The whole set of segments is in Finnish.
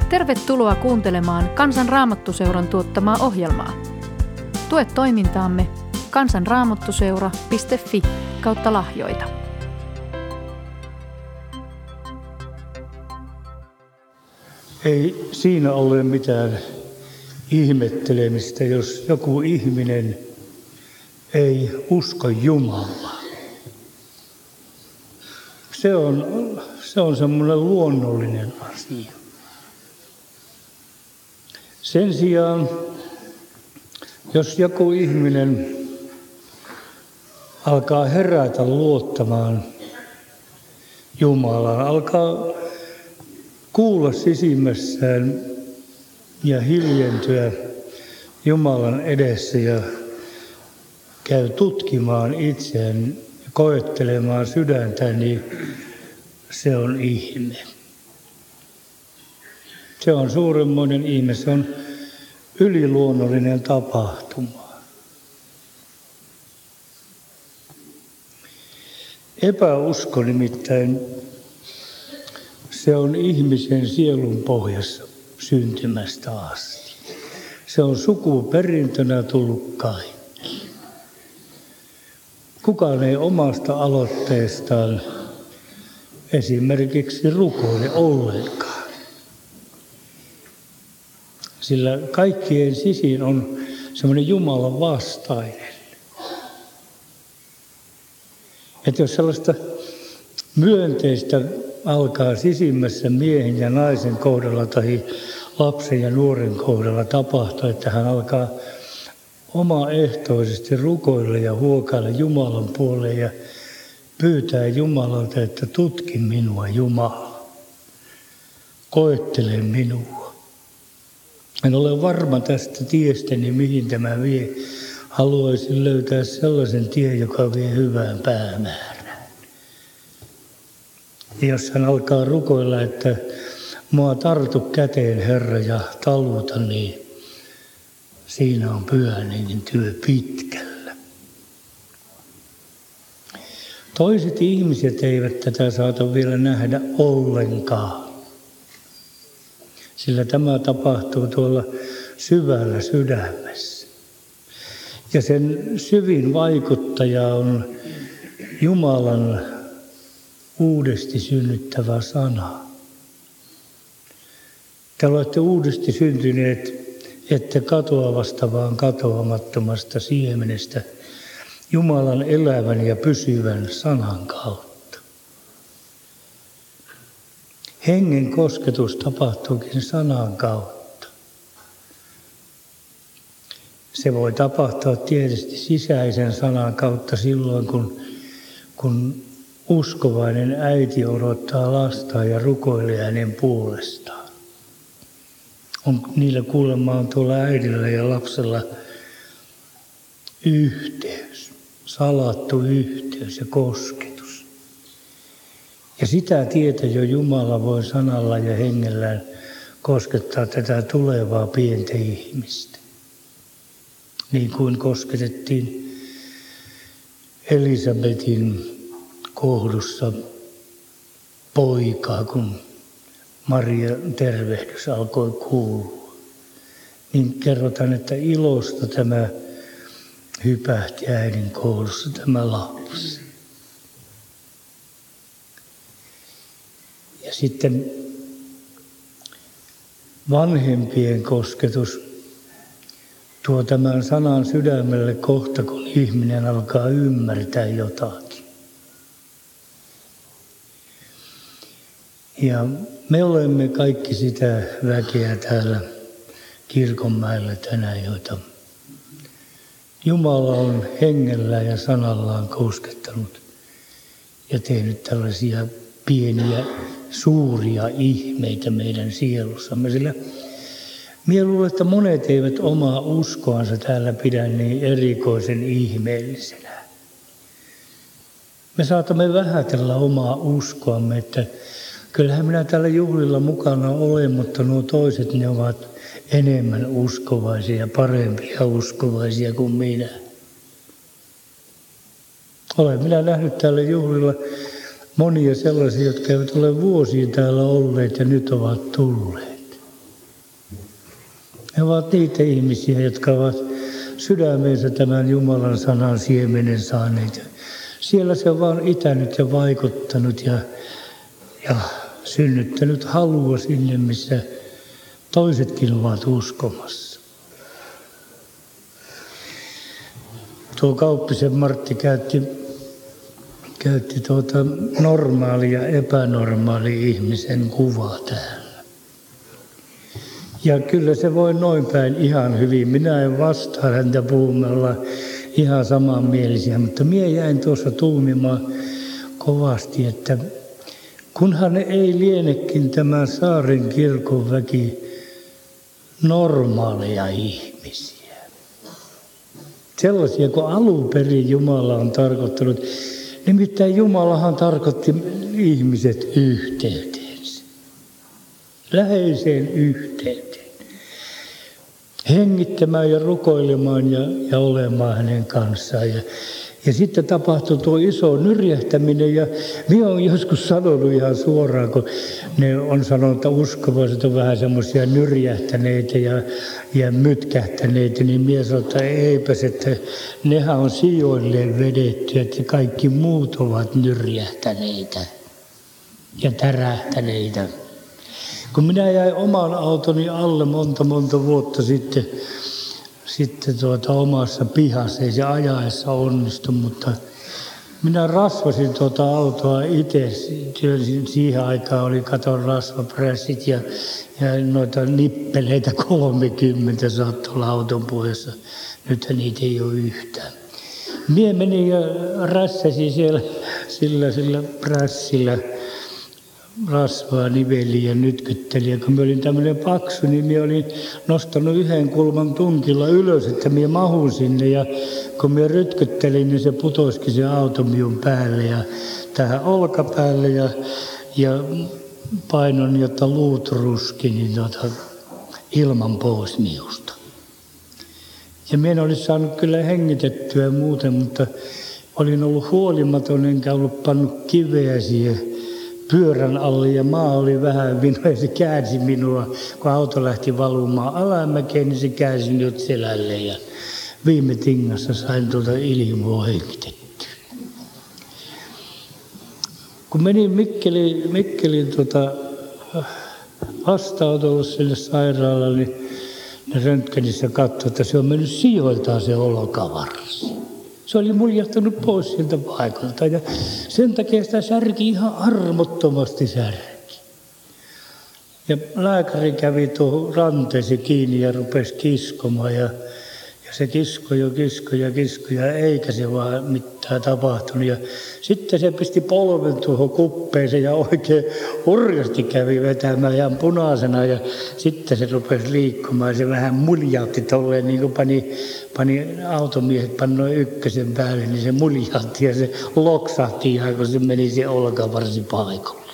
Tervetuloa kuuntelemaan Kansan Raamattuseuran tuottamaa ohjelmaa. Tue toimintaamme kansanraamattuseura.fi/lahjoita. Ei siinä ole mitään ihmettelemistä, jos joku ihminen ei usko Jumalaa. Se on semmoinen luonnollinen asia. Sen sijaan, jos joku ihminen alkaa herätä luottamaan Jumalaan, alkaa kuulla sisimmässään ja hiljentyä Jumalan edessä ja käy tutkimaan itseään, koettelemaan sydäntä, niin se on ihme. Se on suuremmoinen ihme, se on yliluonnollinen tapahtuma. Epäusko nimittäin, se on ihmisen sielun pohjassa syntymästä asti. Se on sukuperintönä tullut kaikki. Kukaan ei omasta aloitteestaan esimerkiksi rukoile ollenkaan. Sillä kaikkien sisin on semmoinen Jumalan vastainen. Että jos sellaista myönteistä alkaa sisimmässä miehen ja naisen kohdalla tai lapsen ja nuoren kohdalla tapahtua, että hän alkaa omaehtoisesti rukoilla ja huokailla Jumalan puoleen ja pyytää Jumalalta, että tutki minua, Jumala. Koettele minua. En ole varma tästä tiestäni, mihin tämä vie. Haluaisin löytää sellaisen tien, joka vie hyvään päämäärään. Ja jos hän alkaa rukoilla, että mua tartu käteen, Herra, ja taluta, niin siinä on Pyhän Hengen työ pitkällä. Toiset ihmiset eivät tätä saata vielä nähdä ollenkaan. Sillä tämä tapahtuu tuolla syvällä sydämessä. Ja sen syvin vaikuttaja on Jumalan uudesti synnyttävä sana. Te olette uudesti syntyneet, ette katoavasta, vaan katoamattomasta siemenestä Jumalan elävän ja pysyvän sanan kautta. Hengen kosketus tapahtuukin sanan kautta. Se voi tapahtua tietysti sisäisen sanan kautta silloin, kun uskovainen äiti odottaa lastaan ja rukoilee hänen puolestaan. Niillä kuulemma on tuolla äidillä ja lapsella yhteys, salattu yhteys ja kosketus. Ja sitä tietä jo Jumala voi sanalla ja hengellään koskettaa tätä tulevaa pientä ihmistä. Niin kuin kosketettiin Elisabetin kohdussa poikaa, kun Marian tervehdys alkoi kuulua. Niin kerrotaan, että ilosta tämä hypähti äidin kohdussa tämä lapsi. Ja sitten vanhempien kosketus tuo tämän sanan sydämelle kohta, kun ihminen alkaa ymmärtää jotakin. Ja me olemme kaikki sitä väkeä täällä Kirkonmäellä tänään, joita Jumala on hengellä ja sanallaan koskettanut ja tehnyt tällaisia pieniä, suuria ihmeitä meidän sielussamme. Sillä minä luulen, että monet eivät omaa uskoansa täällä pidä niin erikoisen ihmeellisenä. Me saatamme vähätellä omaa uskoamme, että kyllähän minä täällä juhlilla mukana olen, mutta nuo toiset ne ovat enemmän uskovaisia ja parempia uskovaisia kuin minä. Olen minä nähnyt täällä juhlilla monia sellaisia, jotka eivät ole vuosiin täällä olleet ja nyt ovat tulleet. Ne ovat niitä ihmisiä, jotka ovat sydämeensä tämän Jumalan sanan siemenen saaneet. Siellä se on vaan itänyt ja vaikuttanut ja synnyttänyt halua sinne, missä toisetkin ovat uskomassa. Tuo Kauppisen Martti käytti normaali ja epänormaali ihmisen kuvaa täällä. Ja kyllä se voi noin päin ihan hyvin. Minä en vastaa häntä puhumalla ihan samanmielisiä, mutta minä jäin tuossa tuumimaan kovasti, että kunhan ei lienekin tämä Saaren kirkon väki normaaleja ihmisiä. Sellaisia, kun alun perin Jumala on tarkoittanut. Nimittäin Jumalahan tarkoitti ihmiset yhteyteensä. Läheiseen yhteyteen. Hengittämään ja rukoilemaan ja olemaan hänen kanssaan. Ja sitten tapahtui tuo iso nyrjähtäminen ja minä olen joskus sanonut ihan suoraan, kun ne on sanonut, että uskovaiset on vähän semmoisia nyrjähtäneitä ja mytkähtäneitä, niin minä sanon, että eipäs, että nehän on sijoilleen vedetty, että kaikki muut ovat nyrjähtäneitä ja tärähtäneitä. Kun minä jäin oman autoni alle monta vuotta sitten omassa pihassa, ei se ajaessa onnistu, mutta minä rasvasin autoa itse. Siihen aikaan oli katon rasvaprässit ja noita nippeleitä 30 saattoi olla auton pohjassa. Nythän niitä ei ole yhtään. Mie menin ja rässäsin siellä sillä prässillä rasvaa niveliin ja nytkyttelin. Ja kun minä olin tämmöinen paksu, niin minä olin nostanut yhden kulman tunkilla ylös, että minä mahun sinne. Ja kun minä rytkyttelin, niin se putoisikin se auto minun päälle ja tähän olkapäälle ja painon, jotta luut ruski, niin ilman pois minusta. Ja minä en olisi saanut kyllä hengitettyä muuten, mutta olin ollut huolimaton, enkä ollut pannut kiveä siihen pyörän alle ja maa oli vähän minua ja se käänsi minua. Kun auto lähti valumaan alamäkeen, niin se käänsi minut selälle ja viime tingassa sain ilmoa hengitettyä. Kun menin Mikkelin vastaanotolle sille sairaalalle, niin ne röntgenissä katsoi, että se on mennyt sijoiltaan se olkavarsi. Se oli muljahtanut pois siltä paikalta ja sen takia sitä särki ihan armottomasti särki. Ja lääkäri kävi tuohon ranteeseen kiinni ja rupesi kiskomaan ja se kiskoi ja eikä se vaan mitään tapahtunut. Ja sitten se pisti polven tuohon kuppeeseen ja oikein hurjasti kävi vetämään ihan punaisena ja sitten se rupesi liikkumaan. Se vähän muljautti tolleen, niin kuin pani automiehet pannoi ykkösen päälle, niin se muljautti ja se loksahti ihan, kun se meni se olkavarsi paikalle.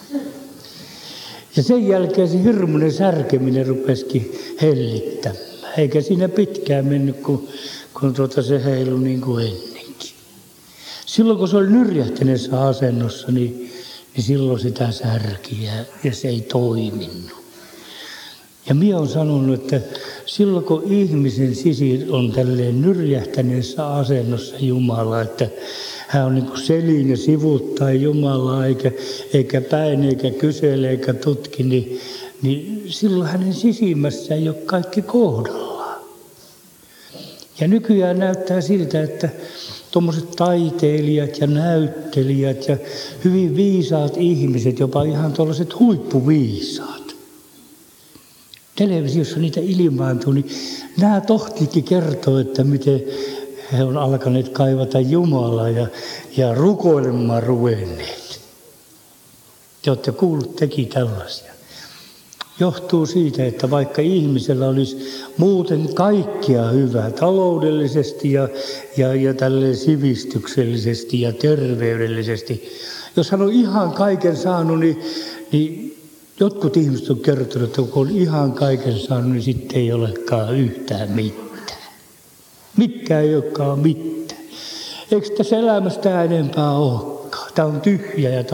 Ja sen jälkeen se hirmuinen särkeminen rupesikin hellittämään. Eikä siinä pitkään mennyt, kun se heilui niin kuin ennenkin. Silloin kun se oli nyrjähtäneessä asennossa, niin silloin sitä särki ja se ei toiminut. Ja minä olen sanonut, että silloin kun ihmisen sisir on tälleen nyrjähtäneessä asennossa Jumala, että hän on niin kuin selin ja sivuttaa Jumalaa, eikä päin, eikä kysele, eikä tutki, niin silloin hänen sisimmässä ei ole kaikki kohdallaan. Ja nykyään näyttää siltä, että tuommoiset taiteilijat ja näyttelijät ja hyvin viisaat ihmiset, jopa ihan tuollaiset huippuviisaat. Televisiossa niitä ilmaantuu, niin nämä tohtikin kertoo, että miten he on alkaneet kaivata Jumalaa ja rukoilemaan ruvenneet. Te olette kuullut teki tällaisia. Johtuu siitä, että vaikka ihmisellä olisi muuten kaikkia hyvää taloudellisesti ja tälleen sivistyksellisesti ja terveydellisesti. Jos hän on ihan kaiken saanut, niin jotkut ihmiset on kertonut, että kun on ihan kaiken saanut, niin sitten ei olekaan yhtään mitään. Mitkään ei olekaan mitään. Eikö tässä elämästä enempää olekaan? Tämä on tyhjä ja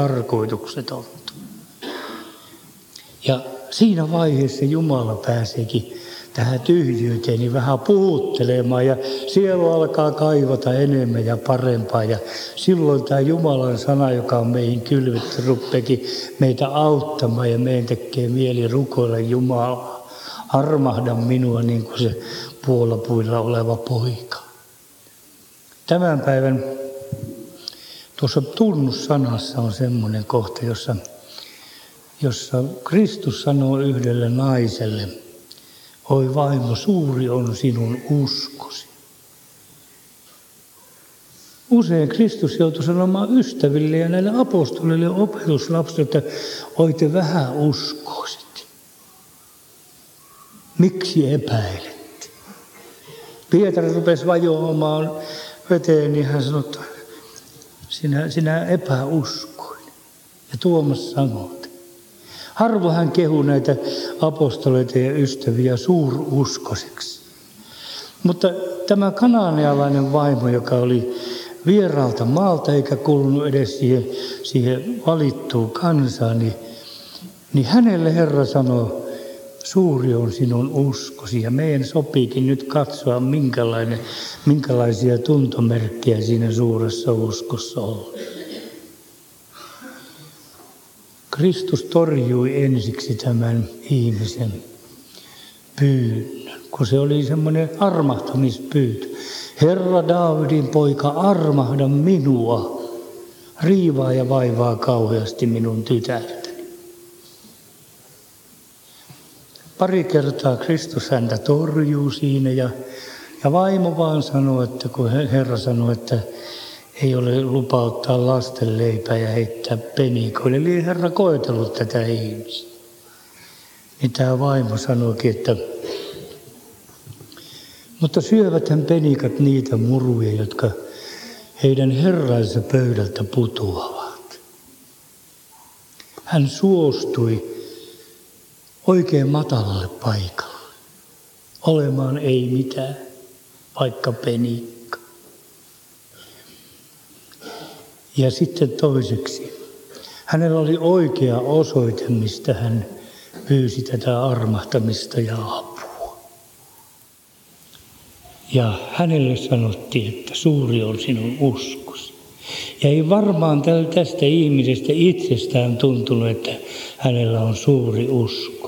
tarkoituksetonta. Ja siinä vaiheessa Jumala pääseekin tähän tyhjyyteen niin vähän puhuttelemaan ja sielu alkaa kaivata enemmän ja parempaa. Ja silloin tämä Jumalan sana, joka on meihin kylvetty, ruppeekin meitä auttamaan ja meidän tekee mieli rukoilla Jumalaa. Armahda minua niin kuin se puolapuilla oleva poika. Tämän päivän tuossa tunnussanassa on semmoinen kohta, jossa Kristus sanoo yhdelle naiselle, oi vaimo, suuri on sinun uskosi. Usein Kristus joutui sanomaan ystäville ja näille apostolille ja opetuslapsille, että oi te vähän uskoisit. Miksi epäilette? Pietari rupesi vajoamaan veteen, niin hän sanoi, että sinä epäuskoin. Ja Tuomas sanoi, harvo hän kehui näitä apostoleita ja ystäviä suuruskoisiksi. Niin tämä kananealainen vaimo, joka oli vieraalta maalta eikä kuulunut edes siihen valittuun kansaan, niin hänelle Herra sanoi, suuri on sinun uskosi. Ja meidän sopiikin nyt katsoa, minkälaisia tuntomerkkejä siinä suuressa uskossa on. Kristus torjui ensiksi tämän ihmisen pyynnön, kun se oli semmoinen armahtamispyyntö. Herra Daavidin poika, armahda minua, riivaa ja vaivaa kauheasti minun tytärtäni. Pari kertaa Kristus häntä torjuu siinä ja vaimo vaan sanoi, että kun Herra sanoi, että ei ole lupa ottaa lasten leipää ja heittää penikoille. Eli ei Herra koetellut tätä ihmistä. Niin tämä vaimo sanoikin, että mutta syöväthän penikat niitä muruja, jotka heidän herransa pöydältä putoavat. Hän suostui oikein matalalle paikalle. Olemaan ei mitään, vaikka penikka. Ja sitten toiseksi, hänellä oli oikea osoite, mistä hän pyysi tätä armahtamista ja apua. Ja hänelle sanottiin, että suuri on sinun uskosi. Ja ei varmaan tästä ihmisestä itsestään tuntunut, että hänellä on suuri usko.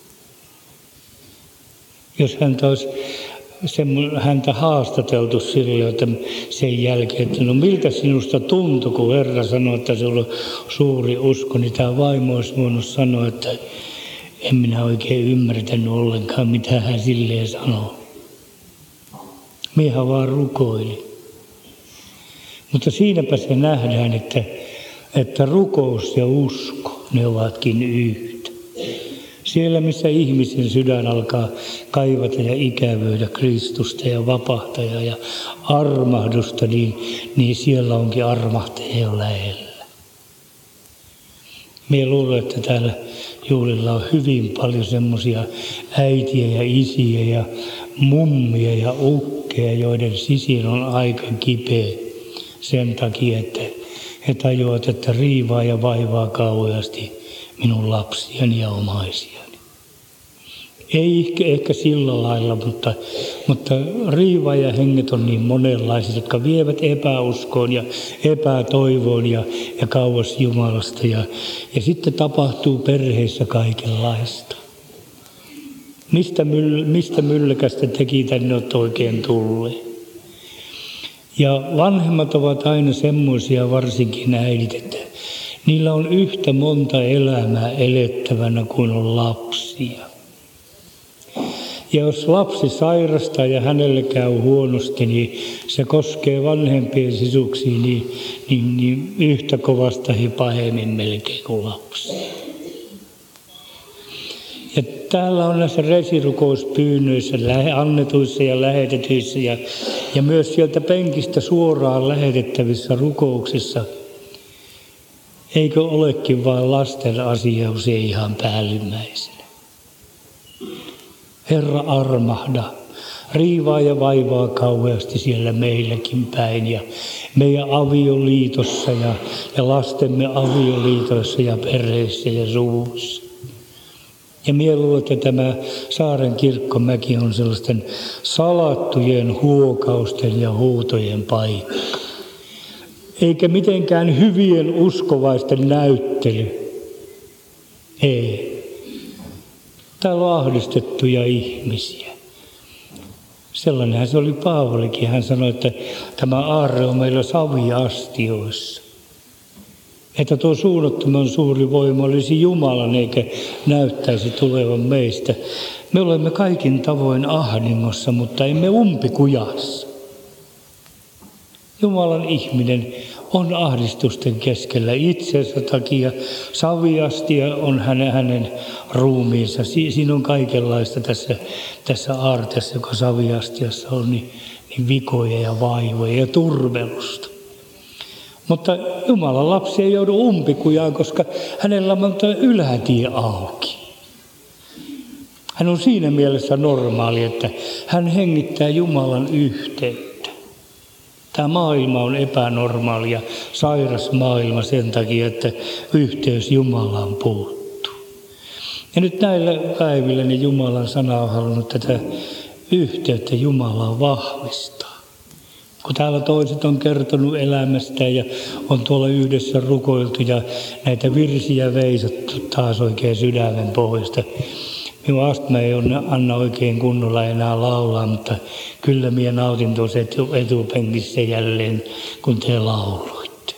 Jos häntä haastateltu sillä, että sen jälkeen, että no miltä sinusta tuntui, kun Herra sanoi, että sinulla on suuri usko, niin tämä vaimo olisi voinut sanoa, että en minä oikein ymmärtänyt ollenkaan, mitä hän silleen sanoo. Minähän vaan rukoilin. Mutta siinäpä se nähdään, että rukous ja usko, ne ovatkin yhtä. Siellä, missä ihmisen sydän alkaa kaivata ja ikävöidä Kristusta ja vapahtajaa ja armahdusta, niin siellä onkin armahtaja jo lähellä. Minä luulen, että täällä juhlilla on hyvin paljon semmoisia äitiä ja isiä ja mummia ja ukkeja, joiden sisin on aika kipeä sen takia, että he tajuavat, että riivaa ja vaivaa kauheasti minun lapsiani ja omaisiani. Ei ehkä sillä lailla, mutta riivaajahenget on niin monenlaiset, jotka vievät epäuskoon ja epätoivoon ja kauas Jumalasta. Ja sitten tapahtuu perheissä kaikenlaista. Mistä mylläkästä teki tänne olet oikein tulleet? Ja vanhemmat ovat aina semmoisia, varsinkin äidit, että niillä on yhtä monta elämää elettävänä kuin on lapsia. Ja jos lapsi sairastaa ja hänelle käy huonosti, niin se koskee vanhempien sisuksiin niin yhtä kovasta ja pahemmin melkein kuin lapsi. Ja täällä on näissä resirukouspyynnöissä, annetuissa ja lähetetyissä ja myös sieltä penkistä suoraan lähetettävissä rukouksissa, eikö olekin vain lasten asia usein ihan päällimmäisenä? Herra armahda, riivaa ja vaivaa kauheasti siellä meilläkin päin ja meidän avioliitossa ja lastemme avioliitoissa ja perheissä ja suvuissa. Ja minä luulen, että tämä Saaren kirkkomäki on sellaisten salattujen huokausten ja huutojen paikka. Eikä mitenkään hyvien uskovaisten näyttely. Ei. Täällä on ahdistettuja ihmisiä. Sellainenhan se oli Paavalikin. Hän sanoi, että tämä aarre on meillä saviastioissa. Että tuo suunnattoman suuri voima olisi Jumalan eikä näyttäisi tulevan meistä. Me olemme kaikin tavoin ahdingossa, mutta emme umpikujassa. Jumalan ihminen on ahdistusten keskellä itsensä takia. Saviastia on hänen ruumiinsa. Siinä on kaikenlaista tässä aarteessa, joka saviastiassa on, niin vikoja ja vaivoja ja turvelusta. Mutta Jumalan lapsi ei joudu umpikujaan, koska hänellä on ylätie auki. Hän on siinä mielessä normaali, että hän hengittää Jumalan yhteyttä. Tämä maailma on epänormaali ja sairas maailma sen takia, että yhteys Jumalaan puuttuu. Ja nyt näillä päivillä niin Jumalan sana on halunnut tätä yhteyttä Jumalaan vahvistaa. Kun täällä toiset on kertonut elämästä ja on tuolla yhdessä rukoiltu ja näitä virsiä veisattu taas oikein sydämen pohjasta. Minun astma ei anna oikein kunnolla enää laulaa, mutta kyllä minä nautin tuossa etupenkissä jälleen, kun te lauloitte.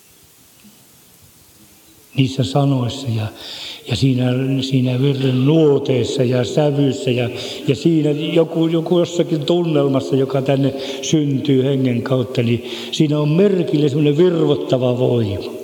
Niissä sanoissa ja siinä virren nuoteissa ja sävyssä ja siinä joku jossakin tunnelmassa, joka tänne syntyy hengen kautta, niin siinä on merkille semmoinen virvoittava voima.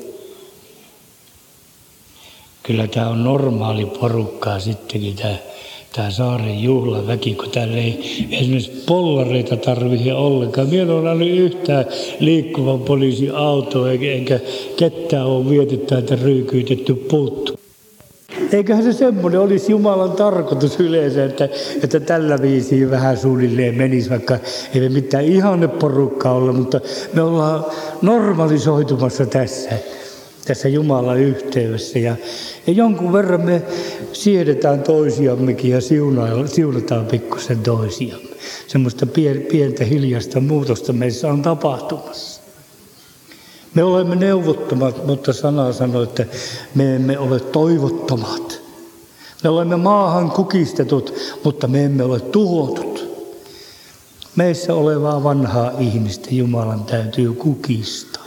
Kyllä tämä on normaali porukkaa sittenkin tämä Saaren juhlaväki, kun täällä ei esimerkiksi pollareita tarvitse ollenkaan. Minä en ole nähnyt yhtään liikkuvan poliisin autoa eikä ketään ole vietetty että ryykyytetty puuttu. Eiköhän se semmoinen olisi Jumalan tarkoitus yleensä, että tällä viisiin vähän suunnilleen menisi, vaikka ei me mitään ihanneporukkaa olla, mutta me ollaan normalisoitumassa tässä Jumalan yhteydessä. Ja jonkun verran me siedetään toisiammekin ja siunataan pikkusen toisiamme. Semmoista pientä hiljaista muutosta meissä on tapahtumassa. Me olemme neuvottomat, mutta sana sanoo, että me emme ole toivottomat. Me olemme maahan kukistetut, mutta me emme ole tuhotut. Meissä olevaa vanhaa ihmistä Jumalan täytyy kukistaa.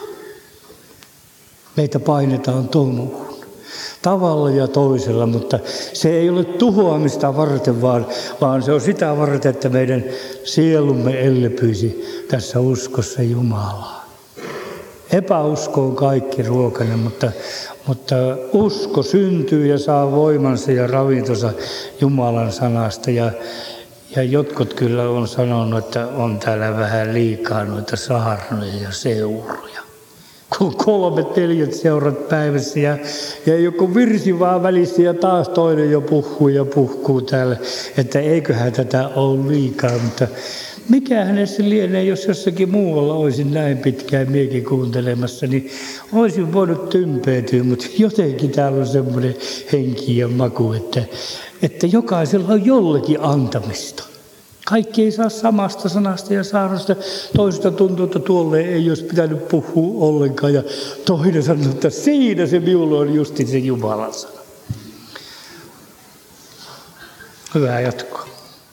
Meitä painetaan tomuun tavalla ja toisella, mutta se ei ole tuhoamista varten, vaan se on sitä varten, että meidän sielumme elpyisi tässä uskossa Jumalaan. Epäusko on kaikki ruokainen, mutta usko syntyy ja saa voimansa ja ravintonsa Jumalan sanasta. Ja jotkut kyllä on sanonut, että on täällä vähän liikaa noita saarnoja ja seuroja. Kun 3-4 seurat päivässä ja joku virsi vaan välissä ja taas toinen jo puhuu täällä, että eiköhän tätä ole liikaa, mutta mikä hänessä lienee, jos jossakin muualla olisin näin pitkään miekin kuuntelemassa, niin olisin voinut tympeytyä, mutta jotenkin täällä on semmoinen henki ja maku, että jokaisella on jollekin antamista. Kaikki ei saa samasta sanasta ja saarnasta. Toista tuntuu, että tuolle ei olisi pitänyt puhua ollenkaan. Ja toinen sanoo, että siinä se minulla on justi se Jumalan sana. Hyvää jatkoa.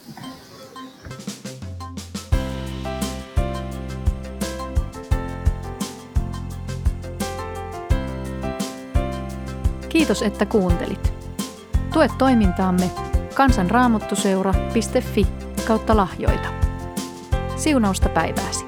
Kiitos, että kuuntelit. Tue toimintaamme kansanraamattuseura.fi/lahjoita. Siunausta päivääsi.